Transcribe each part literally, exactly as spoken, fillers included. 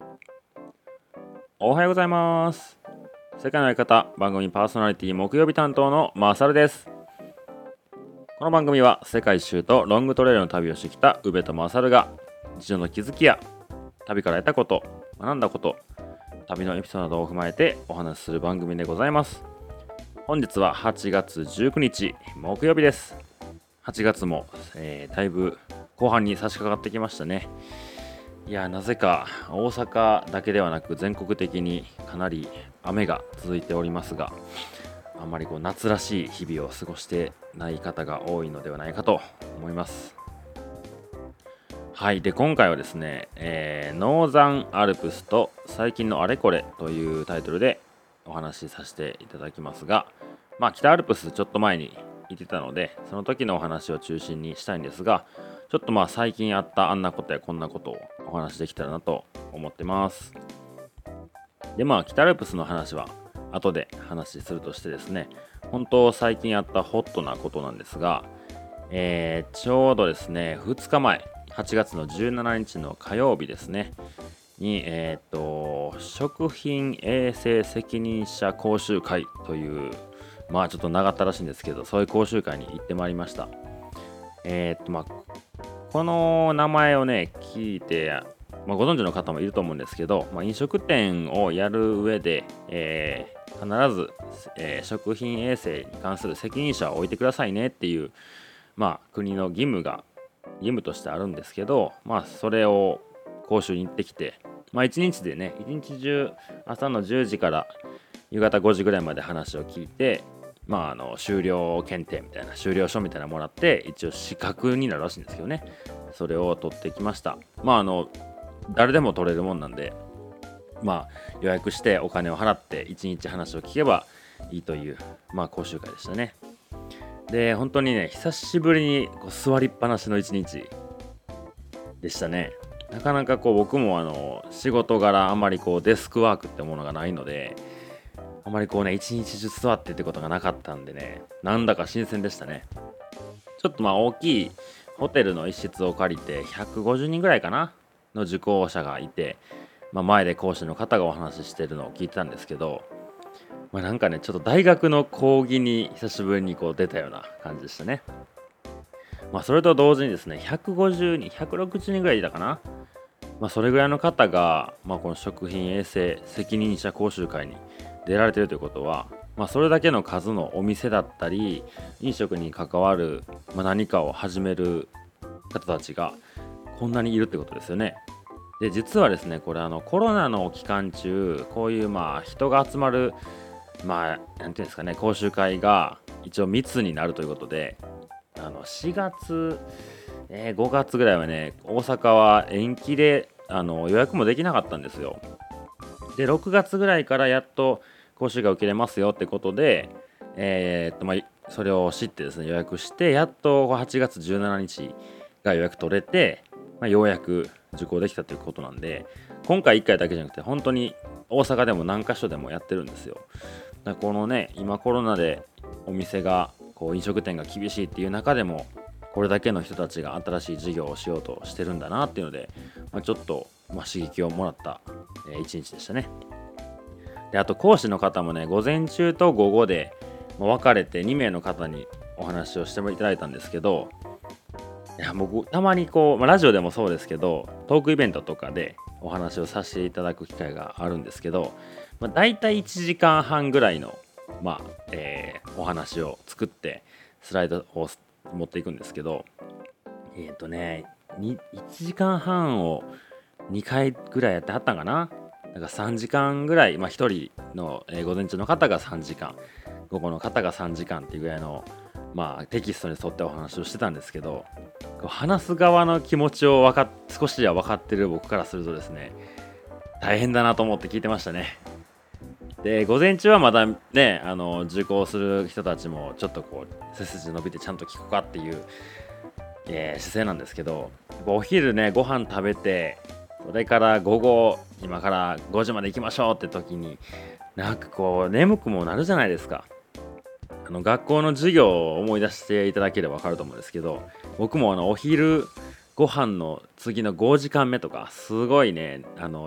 おはようございます。世界の相方、番組パーソナリティ木曜日担当のマサルです。この番組は世界一周とロングトレイルの旅をしてきた宇部とマサルが日常の気づきや旅から得たこと、学んだこと、旅のエピソードなどを踏まえてお話しする番組でございます。本日ははちがつじゅうくにち木曜日です。はちがつも、えー、だいぶ後半に差し掛かってきましたね。いや、なぜか大阪だけではなく全国的にかなり雨が続いておりますが、あんまりこう夏らしい日々を過ごしてない方が多いのではないかと思います。はい。で、今回はですね、えーノーザンアルプスと最近のあれこれというタイトルでお話しさせていただきますが、まあ北アルプスちょっと前に行ってたので、その時のお話を中心にしたいんですが、ちょっとまあ最近あったあんなことやこんなことをお話しできたらなと思ってます。で、まあ北アルプスの話は後で話するとしてですね、本当最近あったホットなことなんですが、えーちょうどですね、ふつかまえ、はちがつのじゅうしちにちの火曜日ですね、に、えっ、と、食品衛生責任者講習会という、まあちょっと長ったらしいんですけど、そういう講習会に行ってまいりました。えっ、と、まあ、この名前をね、聞いて、まあ、ご存知の方もいると思うんですけど、まあ、飲食店をやる上で、えー必ず、えー食品衛生に関する責任者を置いてくださいねっていう、まあ、国の義務が義務としてあるんですけど、まあ、それを講習に行ってきて、まあ、いちにちでね、一日中朝のじゅうじから夕方ごじぐらいまで話を聞いて、まあ、あの修了検定みたいな修了書みたいなのもらって一応資格になるらしいんですけどね、それを取ってきました。まああの誰でも取れるもんなんで、まあ予約してお金を払っていちにち話を聞けばいいという、まあ講習会でしたね。で、本当にね、久しぶりにこう座りっぱなしのいちにちでしたね。なかなかこう僕もあの仕事柄あんまりこうデスクワークってものがないので、あまりこうね一日中座ってってことがなかったんでね、なんだか新鮮でしたね。ちょっとまあ大きいホテルの一室を借りてひゃくごじゅうにんぐらいかなの受講者がいて、まあ、前で講師の方がお話ししてるのを聞いてたんですけど、まあ、なんかねちょっと大学の講義に久しぶりにこう出たような感じでしたね。まあそれと同時にですね、ひゃくごじゅうにんひゃくろくじゅうにんぐらいいたかな。まあそれぐらいの方が、まあ、この食品衛生責任者講習会に出られているということは、まあ、それだけの数のお店だったり飲食に関わる、まあ、何かを始める方たちがこんなにいるってことですよね。で、実はですね、これあのコロナの期間中こういうまあ人が集まる、まあなんていうんですかね、講習会が一応密になるということで、あのしがつ、えーごがつぐらいはね、大阪は延期であの予約もできなかったんですよ。で、ろくがつぐらいからやっと講習が受けれますよってことで、えーっとまあ、それを知ってですね、予約して、やっとはちがつじゅうしちにちが予約取れて、まあ、ようやく受講できたということなんで、今回いっかいだけじゃなくて、本当に大阪でも何か所でもやってるんですよ。だからこのね、今コロナでお店が、こう飲食店が厳しいっていう中でも、これだけの人たちが新しい事業をしようとしてるんだなっていうので、まあ、ちょっと、まあ、刺激をもらった、えー、一日でしたね。で、あと講師の方もね、午前中と午後でまあ分かれてにめいの方にお話をしていただいたんですけど、いや僕たまにこう、まあ、ラジオでもそうですけど、トークイベントとかでお話をさせていただく機会があるんですけど、まあ、大体いちじかんはんぐらいの、まあえーお話を作ってスライドを持っていくんですけど、えっ、とねにいちじかんはんをにかいぐらいやってはったんかな。だからさんじかんぐらい、まあ、ひとりの、えー午前中の方がさんじかん、午後の方がさんじかんっていうぐらいの、まあ、テキストに沿ってお話をしてたんですけど、こう話す側の気持ちをわかっ少しは分かってる僕からするとですね、大変だなと思って聞いてましたね。で、午前中はまだね、あの受講する人たちもちょっとこう背筋伸びてちゃんと聞こうかっていう、えー姿勢なんですけど、やっぱお昼ねご飯食べて、それから午後今からごじまで行きましょうって時に、なんかこう眠くもなるじゃないですか。あの学校の授業を思い出していただければ分かると思うんですけど、僕もあのお昼ご飯の次のごじかんめとかすごいね、あの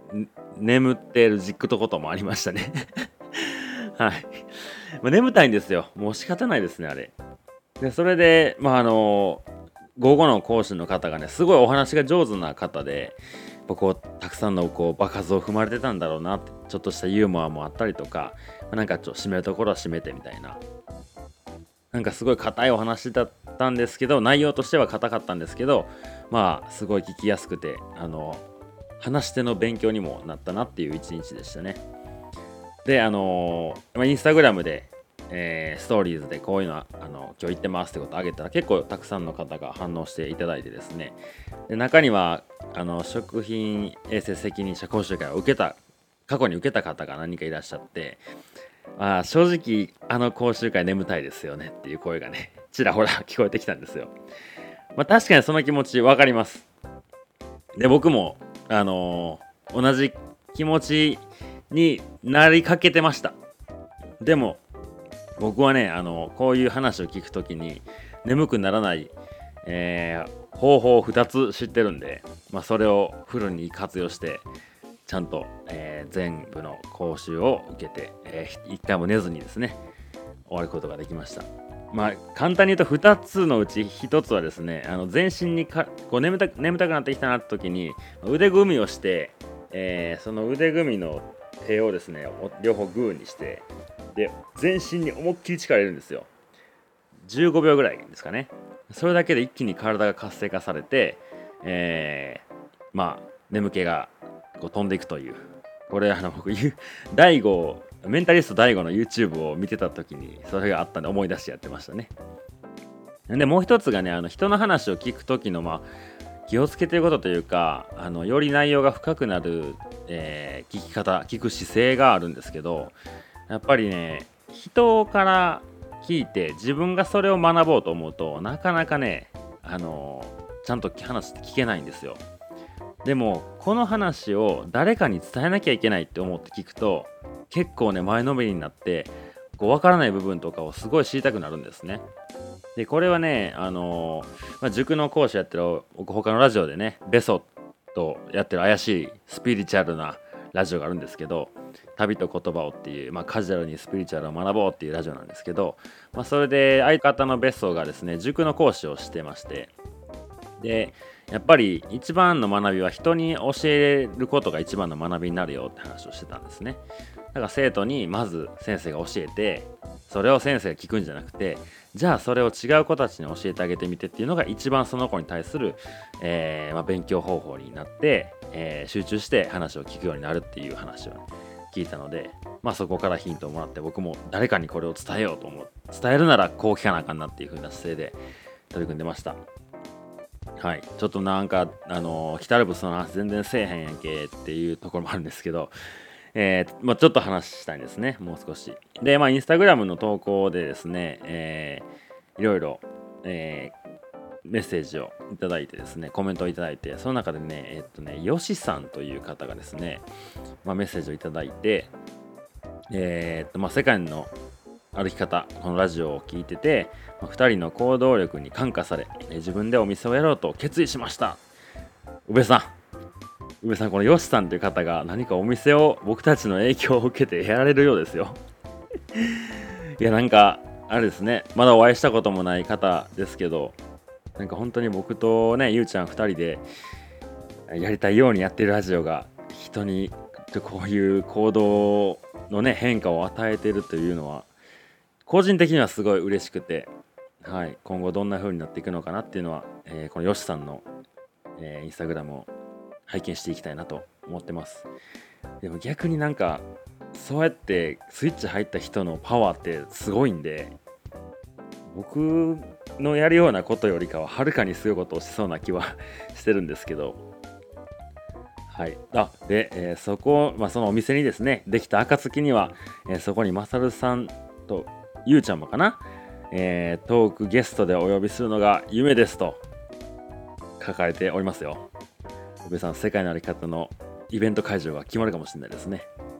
眠ってるじくとこともありましたねはい、まあ、眠たいんですよ。もう仕方ないですねあれで。それでまああの午後の講師の方がねすごいお話が上手な方で、こうたくさんのこう場数を踏まれてたんだろうなって、ちょっとしたユーモアもあったりとか、なんかちょっと締めるところは締めてみたいな、なんかすごい硬いお話だったんですけど、内容としては硬かったんですけど、まあすごい聞きやすくて、あの話し手の勉強にもなったなっていう一日でしたね。であのー、インスタグラムで、えー、ストーリーズでこういうのはあの今日行ってますってことをあげたら、結構たくさんの方が反応していただいてですね、で中にはあの食品衛生責任者講習会を受けた過去に受けた方が何人かいらっしゃって、まあ、正直あの講習会眠たいですよねっていう声がねちらほら聞こえてきたんですよ。まあ、確かにその気持ち分かります。で僕もあのー、同じ気持ちになりかけてました。でも僕はね、あのこういう話を聞くときに眠くならない、えー、方法をふたつ知ってるんで、まあ、それをフルに活用してちゃんと、えー、全部の講習を受けて、えー、いっかいも寝ずにですね終わることができました。まあ簡単に言うとふたつのうちひとつはですね、あの全身にかこう眠た眠たくなってきたなって時に腕組みをして、えー、その腕組みの手をですね両方グーにして、で全身に思いっきり力入れるんですよ。じゅうごびょうぐらいですかね。それだけで一気に体が活性化されて、えー、まあ眠気がこう飛んでいくという、これあの僕大悟メンタリスト大悟の YouTube を見てた時にそれがあったんで思い出してやってましたね。でもう一つがね、あの人の話を聞く時のまあ気をつけていることというか、あのより内容が深くなる、えー、聞き方聞く姿勢があるんですけど、やっぱりね人から聞いて自分がそれを学ぼうと思うとなかなかね、あのーちゃんと話って聞けないんですよ。でもこの話を誰かに伝えなきゃいけないって思って聞くと結構ね前のめりになって、こう分からない部分とかをすごい知りたくなるんですね。でこれはね、あのーまあ、塾の講師やってる他のラジオでねベソとやってる怪しいスピリチュアルなラジオがあるんですけど、旅と言葉をっていう、まあ、カジュアルにスピリチュアルを学ぼうっていうラジオなんですけど、まあ、それで相方のベソがですね塾の講師をしてまして、でやっぱり一番の学びは人に教えることが一番の学びになるよって話をしてたんですね。だから生徒にまず先生が教えて、それを先生が聞くんじゃなくて、じゃあそれを違う子たちに教えてあげてみてっていうのが一番その子に対する、えーまあ、勉強方法になって、えー集中して話を聞くようになるっていう話を聞いたので、まあ、そこからヒントをもらって僕も誰かにこれを伝えようと思う、伝えるならこう聞かなあかんなっていう風な姿勢で取り組んでました。はい、ちょっとなんかあのー、来たるブスの話全然せえへんやんけっていうところもあるんですけど、えーまあ、ちょっと話したいんですね、もう少し。で、まあ、インスタグラムの投稿でですね、えーいろいろ、えーメッセージをいただいてですね、コメントをいただいて、その中でね、えっとね、ヨシさんという方がですね、まあ、メッセージをいただいて、えーっと、まあ、世界の歩き方、このラジオを聞いてて、まあ、ふたりの行動力に感化され、えー自分でお店をやろうと決意しました。宇部さん、宇部さん、このヨシさんという方が何かお店を僕たちの影響を受けてやられるようですよ。いや、なんか、あれですね、まだお会いしたこともない方ですけど、なんか本当に僕とね、ゆうちゃんふたりでやりたいようにやってるラジオが人にこういう行動のね変化を与えているというのは個人的にはすごい嬉しくて、はい、今後どんな風になっていくのかなっていうのは、えーこのよしさんの、えーインスタグラムを拝見していきたいなと思ってます。でも逆になんかそうやってスイッチ入った人のパワーってすごいんで、僕のやるようなことよりかははるかにすごいことをしそうな気はしてるんですけど、はい、あで、えーそこ、まあ、そのお店にですねできた暁には、えーそこにまさるさんとゆうちゃんもかな、えートークゲストでお呼びするのが夢ですと書かれておりますよ。宇部さん、世界の歩き方のイベント会場が決まるかもしれないですね。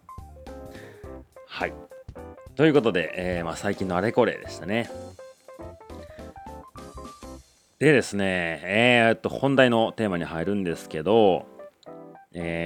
はい、ということで、えーまあ、最近のあれこれでしたね。でですね、えー、っと本題のテーマに入るんですけど、えーっ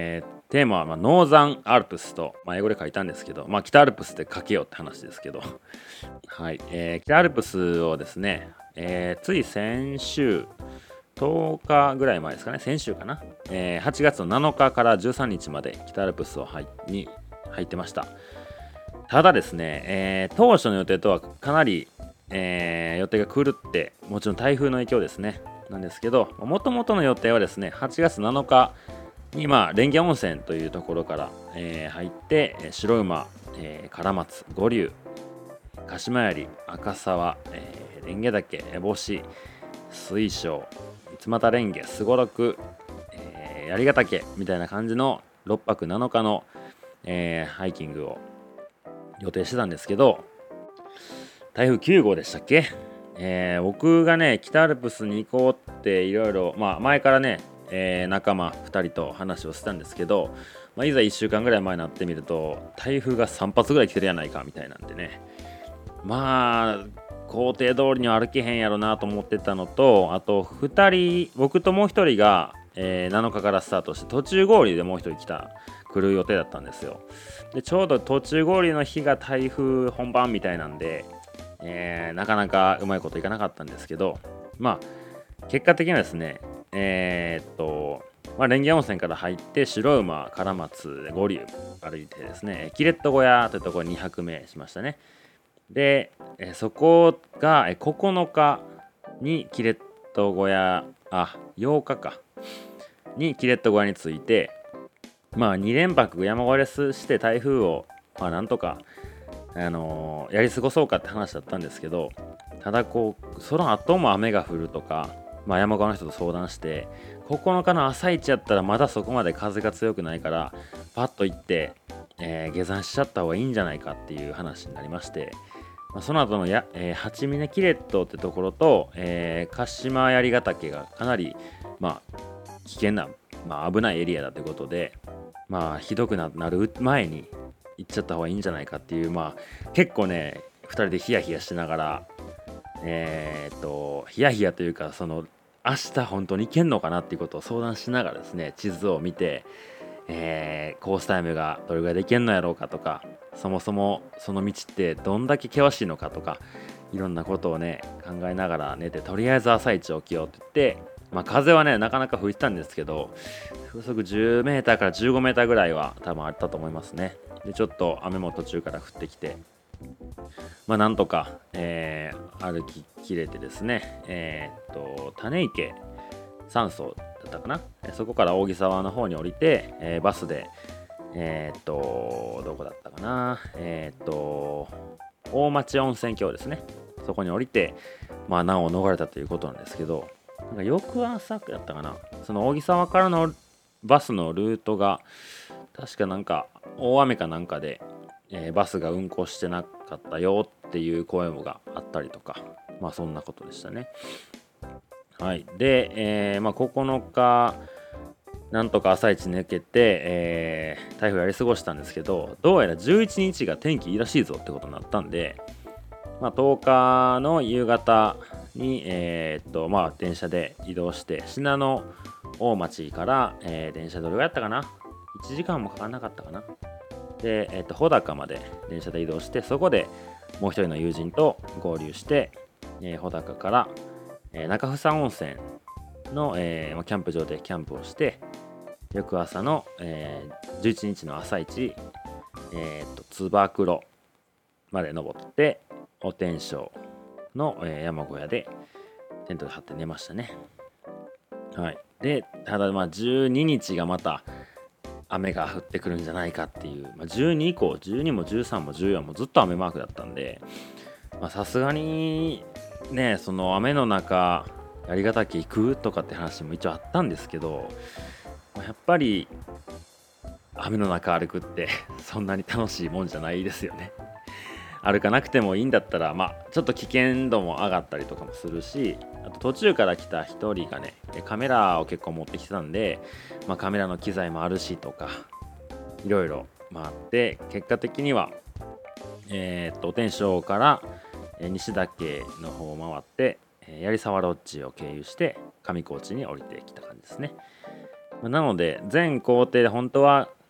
テーマは、まあ、ノーザンアルプスと、まあ、英語で書いたんですけど、まあ、北アルプスで書けよって話ですけどはい、えー北アルプスをですね、えーつい先週とおかぐらい前ですかね、先週かな、えーはちがつのなのかかからじゅうさんにちまで北アルプスを入に入ってました。ただですね、えー当初の予定とはかなり、えー予定が狂って、もちろん台風の影響ですね、なんですけど、もともとの予定はですね、はちがつなのかに、まあ、蓮華温泉というところから、えー入って、えー白馬、えー唐松、五竜、鹿島槍、赤沢、えー、蓮華岳、烏帽子、水晶、三俣蓮華、すごろく、えー、槍ヶ岳みたいな感じのろっぱくなのかの、えーハイキングを予定してたんですけど、台風きゅうごうでしたっけ、えー僕がね北アルプスに行こうっていろいろ、まあ、前からね、えー仲間ふたりと話をしてたんですけど、まあ、いざいっしゅうかんぐらい前になってみると台風がさんぱつぐらい来てるやないかみたいなんでね、まあ工程通りには歩けへんやろなと思ってたのと、あとふたり、僕ともうひとりが、えーなのかからスタートして途中合流でもうひとり来た来る予定だったんですよ。でちょうど途中合流の日が台風本番みたいなんで、えーなかなかうまいこといかなかったんですけど、まあ結果的にはですね、えーっとまあ、蓮華温泉から入って白馬、唐松で五竜歩いてですね、キレット小屋というところににはくめしましたね。で、えーそこがえーここのかにキレット小屋、あ、ようかかにキレット小屋に着いて、まあに連泊山越えして台風を、まあ、なんとか、あのーやり過ごそうかって話だったんですけど、ただこうその後も雨が降るとか、まあ、山小屋の人と相談して、ここのかの朝一やったらまだそこまで風が強くないからパッと行って、えー下山しちゃった方がいいんじゃないかっていう話になりまして、まあ、その後のや、えー、八峰キレットってところと、えー、鹿島槍ヶ岳がかなり、まあ、危険な、まあ、危ないエリアだということで、まあ、ひどくななる前に行っちゃった方がいいんじゃないかっていう、まあ、結構ねふたりでヒヤヒヤしながら、えーっとヒヤヒヤというか、その明日本当に行けんのかなっていうことを相談しながらですね、地図を見て、えーコースタイムがどれぐらいで行けんのやろうかとか、そもそもその道ってどんだけ険しいのかとか、いろんなことをね考えながら寝て、とりあえず朝一起きようって言って、まあ、風はねなかなか吹いてたんですけど、風速じゅうメーターからじゅうごメーターぐらいは多分あったと思いますね。でちょっと雨も途中から降ってきて、まあなんとか、えー歩ききれてですね、えーっと種池山荘だったかな、えそこから扇沢の方に降りて、えーバスで、えーっとどこだったかな、えーっと大町温泉郷ですね、そこに降りて、まあ難を逃れたということなんですけど、なんか翌朝やったかな、その扇沢からのバスのルートが確かなんか大雨かなんかで、えーバスが運行してなかったよっていう声もがあったりとか、まあそんなことでしたね。はい。で、えーまあ、ここのかなんとか朝一抜けて、えー台風やり過ごしたんですけど、どうやらじゅういちにちが天気いいらしいぞってことになったんで、まあ、とおかの夕方に、えーっとまあ、電車で移動して信濃大町から、えー電車どれぐらいやったかな、いちじかんもかかんなかったかな。で、えーっと穂高まで電車で移動して、そこでもう一人の友人と合流して、えー穂高から、えー中房温泉の、えーまあキャンプ場でキャンプをして、翌朝の、えーじゅういちにちの朝一、えー、とつば九郎まで登って、お天正の、えー山小屋でテントで張って寝ましたね。はい。で、ただまあじゅうににちがまた雨が降ってくるんじゃないかっていう、まあ、じゅうに以降、じゅうにもじゅうさんもじゅうよんもずっと雨マークだったんで、さすがにね、その雨の中、槍ヶ岳行くとかって話も一応あったんですけど、まあやっぱり雨の中歩くってそんなに楽しいもんじゃないですよね。歩かなくてもいいんだったら、まあちょっと危険度も上がったりとかもするし、あと途中から来た一人がねカメラを結構持ってきてたんで、まあ、カメラの機材もあるしとかいろいろあって、結果的にはえー、っと天正からえー西岳の方を回って、えー槍沢ロッジを経由して上高地に降りてきた感じですね。まあなので全行程で本当は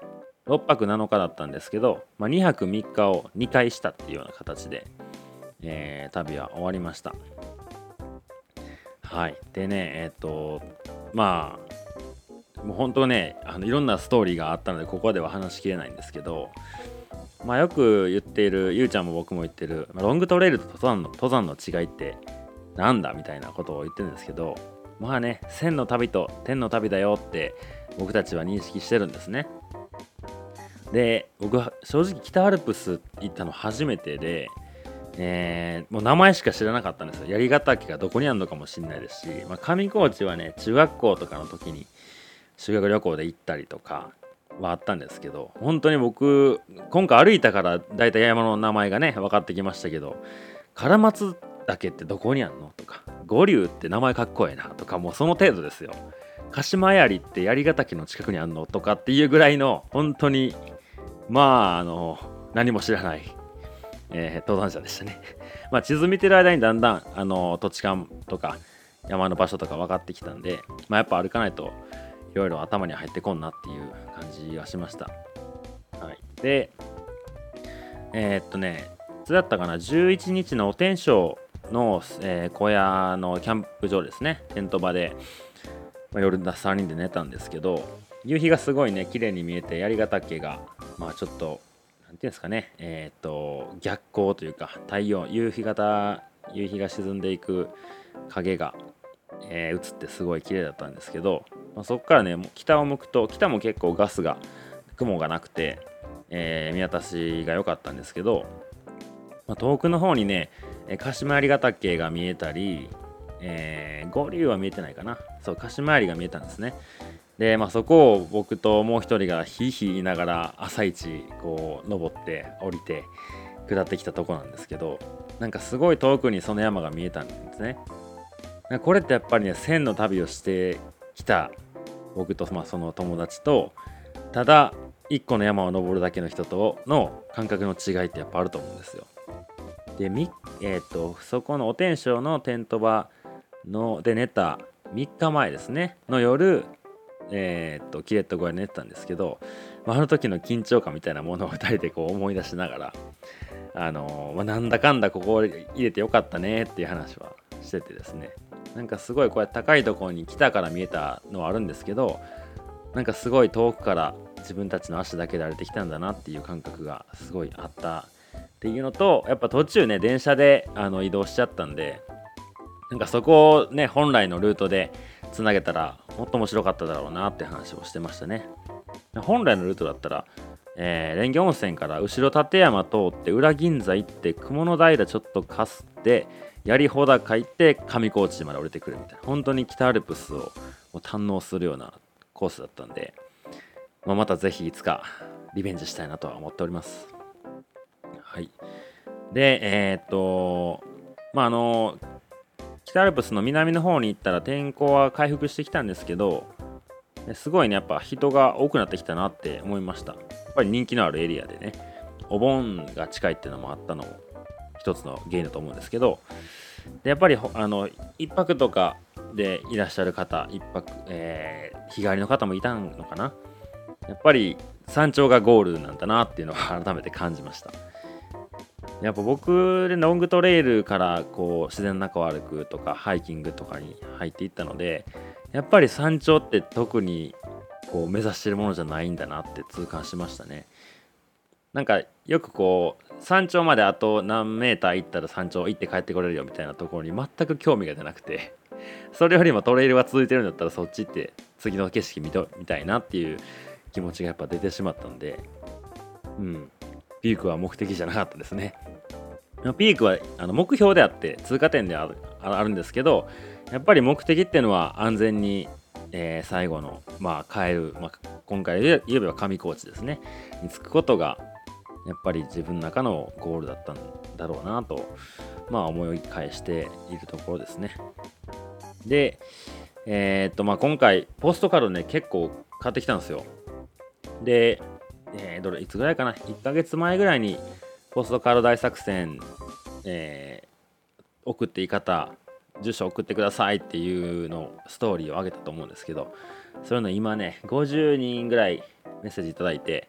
ろっぱくなのかだったんですけど、まあ、にはくみっかをにかいしたっていうような形で、えー旅は終わりました。はい。でね、えっと、まあ、もう本当ね、あのいろんなストーリーがあったので、ここでは話しきれないんですけど、まあ、よく言っている、ゆうちゃんも僕も言ってる、まあロングトレイルと登山の登山の違いってなんだみたいなことを言ってるんですけど、まあね、千の旅と天の旅だよって僕たちは認識してるんですね。で、僕は正直北アルプス行ったの初めてで、えーもう名前しか知らなかったんですよ。槍ヶ岳がどこにあるのかもしれないですし、まあ、上高地はね、中学校とかの時に修学旅行で行ったりとかはあったんですけど、本当に僕今回歩いたからだいたい山の名前がね分かってきましたけど、唐松岳ってどこにあんのとか、五竜って名前かっこええなとか、もうその程度ですよ。鹿島槍って槍ヶ岳の近くにあんのとかっていうぐらいの本当に、まああの何も知らない、えー登山者でしたね。まあ地図見てる間にだんだんあの土地勘とか山の場所とか分かってきたんで、まあ、やっぱ歩かないといろいろ頭に入ってこんなっていう感じがしました。はい、で、えーっとね、いつだったかな、じゅういちにちのお天正の、えー小屋のキャンプ場ですね、テント場で、まあ、夜さんにんで寝たんですけど、夕日がすごいね、綺麗に見えて、槍ヶ岳が、まあちょっと、なんていうんですかね、えーっと、逆光というか、太陽、夕日型、夕日が沈んでいく影が、えー映ってすごい綺麗だったんですけど、まあ、そこからね、もう北を向くと、北も結構ガスが、雲がなくて、えー見渡しが良かったんですけど、まあ、遠くの方にね、えー鹿島槍ヶ岳が見えたり、えー、五竜は見えてないかな。そう、鹿島槍が見えたんですね。で、まあ、そこを僕ともう一人がヒーヒー言いながら朝一こう登って降りて下ってきたとこなんですけど、なんかすごい遠くにその山が見えたんですね。これってやっぱりね、千の旅をしてきた僕と、まあ、その友達と、ただ一個の山を登るだけの人との感覚の違いってやっぱあると思うんですよ。で、みえーっとそこのお天正のテント場ので寝たみっかまえですねの夜、えーっとキレット小屋で寝てたんですけど、まあ、あの時の緊張感みたいなものをふたりでこう思い出しながら、あのーまあ、なんだかんだここ入れてよかったねっていう話はしててですね、なんかすごいこうやって高いところに来たから見えたのはあるんですけど、なんかすごい遠くから自分たちの足だけで歩いてきたんだなっていう感覚がすごいあったっていうのと、やっぱ途中ね電車であの移動しちゃったんで、なんかそこをね本来のルートでつなげたらもっと面白かっただろうなって話をしてましたね。本来のルートだったら、えー、蓮華温泉から後ろ立山通って裏銀座行って雲の平ちょっとかすって槍穂高行って上高地まで降りてくるみたいな、本当に北アルプスをもう堪能するようなコースだったんで、まあ、またぜひいつかリベンジしたいなとは思っております。はい。で、えーっと、まああの、北アルプスの南の方に行ったら天候は回復してきたんですけど、すごいね、やっぱ人が多くなってきたなって思いました。やっぱり人気のあるエリアでね、お盆が近いっていうのもあったのも一つの原因だと思うんですけど、でやっぱりあの一泊とかでいらっしゃる方、一泊、えー日帰りの方もいたのかな。やっぱり山頂がゴールなんだなっていうのを改めて感じました。やっぱ僕でロングトレイルからこう自然の中を歩くとかハイキングとかに入っていったので、やっぱり山頂って特にこう目指してるものじゃないんだなって痛感しましたね。なんかよくこう山頂まであと何メーター行ったら山頂行って帰ってこれるよみたいなところに全く興味が出なくて、それよりもトレイルが続いてるんだったらそっち行って次の景色見と見たいなっていう気持ちがやっぱ出てしまったんで、うんピークは目的じゃなかったですね。ピークはあの目標であって通過点である、あるんですけど、やっぱり目的っていうのは安全に、えー最後の、まあ、帰る、まあ、今回で言えば上高地ですねに着くことがやっぱり自分の中のゴールだったんだろうなと、まあ、思い返しているところですね。で、えーっとまあ、今回ポストカードね結構買ってきたんですよ。で、えーどれいつぐらいかな、いっかげつまえぐらいにポストカード大作戦、えー送っていい方住所送ってくださいっていうのストーリーを上げたと思うんですけど、そういうの今ねごじゅうにんぐらいメッセージいただいて、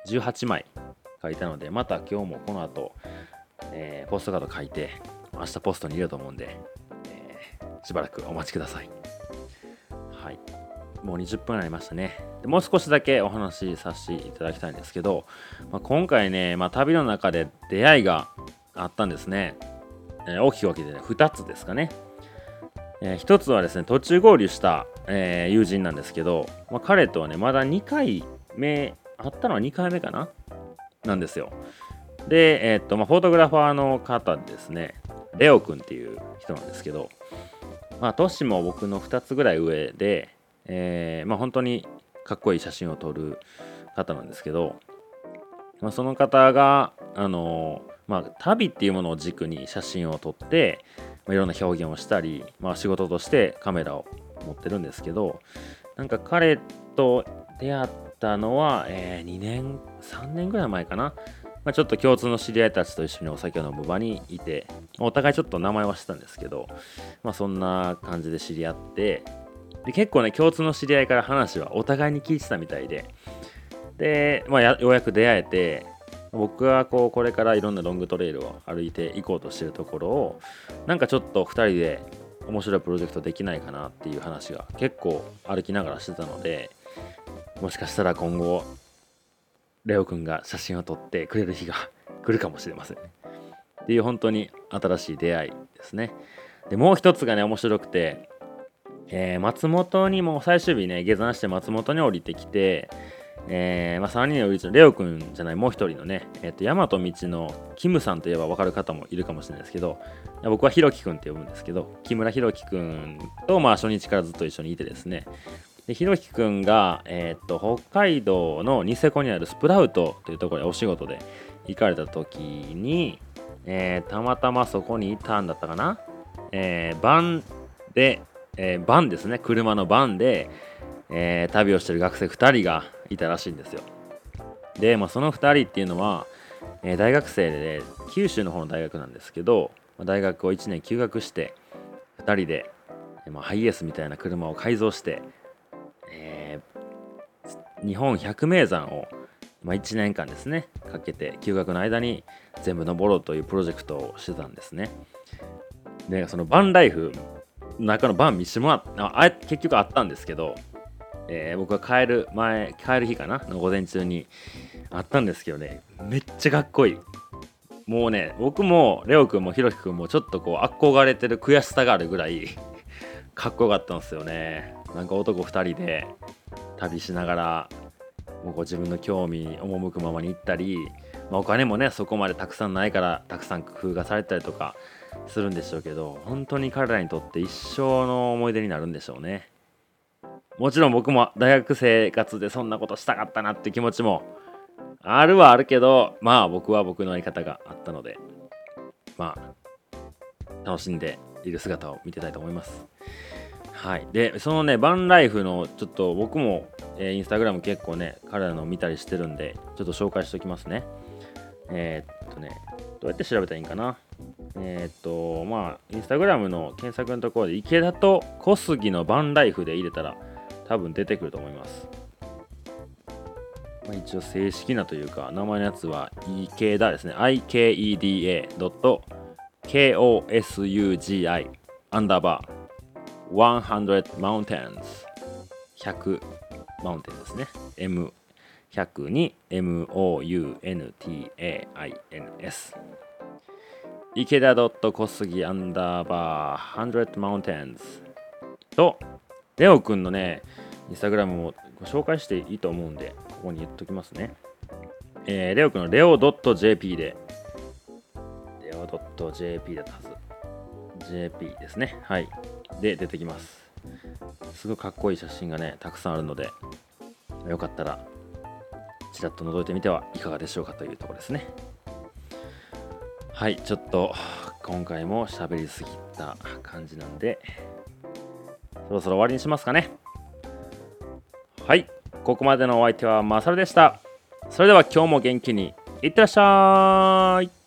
じゅうはちまい書いたので、また今日もこの後、えー、ポストカード書いて明日ポストに入れると思うんで、えー、しばらくお待ちください。はい、もうにじゅっぷんになりましたね。でもう少しだけお話しさせていただきたいんですけど、まあ、今回ね、まあ、旅の中で出会いがあったんですね。えー、大きく分けてねふたつですかね。えー、ひとつはですね、途中合流した、えー、友人なんですけど、まあ、彼とはねまだにかいめ会ったのはにかいめかななんですよ。で、えーっとまあ、フォトグラファーの方ですね、レオくんっていう人なんですけど、まあ年も僕のふたつぐらい上で、えーまあ、本当にかっこいい写真を撮る方なんですけど、まあ、その方があのーまあ、旅っていうものを軸に写真を撮って、まあ、いろんな表現をしたり、まあ、仕事としてカメラを持ってるんですけど、なんか彼と出会ったのは、えー、にねんさんねんぐらい前かな。まあ、ちょっと共通の知り合いたちと一緒にお酒を飲む場にいて、お互いちょっと名前はしてたんですけど、まあ、そんな感じで知り合って、で結構ね共通の知り合いから話はお互いに聞いてたみたいで、で、まあ、やようやく出会えて、僕はこうこれからいろんなロングトレイルを歩いていこうとしてるところを、なんかちょっとふたりで面白いプロジェクトできないかなっていう話が結構歩きながらしてたので、もしかしたら今後レオくんが写真を撮ってくれる日が来るかもしれませんねっていう、本当に新しい出会いですね。でもう一つがね面白くて、えー松本にも最終日ね下山して松本に降りてきて、えーまあ、さんにんのうちのレオくんじゃないもう一人のね、えー、と大和道のキムさんといえば分かる方もいるかもしれないですけど、僕はひろきくんって呼ぶんですけど、木村ひろきくんとまあ初日からずっと一緒にいてですね、でひろきくんが、えー、と北海道のニセコにあるスプラウトというところにお仕事で行かれた時に、えーたまたまそこにいたんだったかな、えーバンで、えーバンですね、車のバンで、えー旅をしてる学生ふたりがいたらしいんですよ。で、まあ、そのふたりっていうのは、えー大学生で九州の方の大学なんですけど、まあ大学をいちねん休学してふたりで、えーまあ、ハイエースみたいな車を改造して、えー日本百名山を、まあ、いちねんかんですねかけて休学の間に全部登ろうというプロジェクトをしてたんですね。でそのバンライフの中のバン見してもらったああ結局あったんですけど、えー僕が帰る前帰る日かなの午前中にあったんですけどね、めっちゃかっこいい。もうね僕もレオくんもひろきくんもちょっとこう憧れてる悔しさがあるぐらいかっこよかったんですよね。なんか男ふたりで旅しながら、もうこう自分の興味赴くままに行ったり、まあ、お金もねそこまでたくさんないからたくさん工夫がされたりとかするんでしょうけど、本当に彼らにとって一生の思い出になるんでしょうね。もちろん僕も大学生活でそんなことしたかったなって気持ちもあるはあるけど、まあ僕は僕のやり方があったので、まあ楽しんでいる姿を見てたいと思います。はい。でそのねバンライフのちょっと僕も、えーインスタグラム結構ね彼らの見たりしてるんで、ちょっと紹介しておきますね。えーっとねどうやって調べたらいいんかな。えーっとまあインスタグラムの検索のところで池田と小杉のバンライフで入れたら多分出てくると思います。まあ、一応正式なというか名前のやつは池田ですね。アイケーイーディーエードットケーオーエスユージーアイ アンダーバーひゃく mountains ひゃくマウンテンですね。 エムひゃく に エムオーユーエヌティーエーアイエヌエス 池田小杉アンダーバーひゃく mountains とレオくんのねインスタグラムもご紹介していいと思うんでここに言っときますね。えー、レオくんのレオ .jp でレオ .jp だったはず ジェーピー ですね。はいで出てきます。すごいかっこいい写真がねたくさんあるので、よかったらちらっと覗いてみてはいかがでしょうかというところですね。はい、ちょっと今回も喋りすぎた感じなんでそろそろ終わりにしますかね。はい、ここまでのお相手はマサルでした。それでは今日も元気にいってらっしゃい。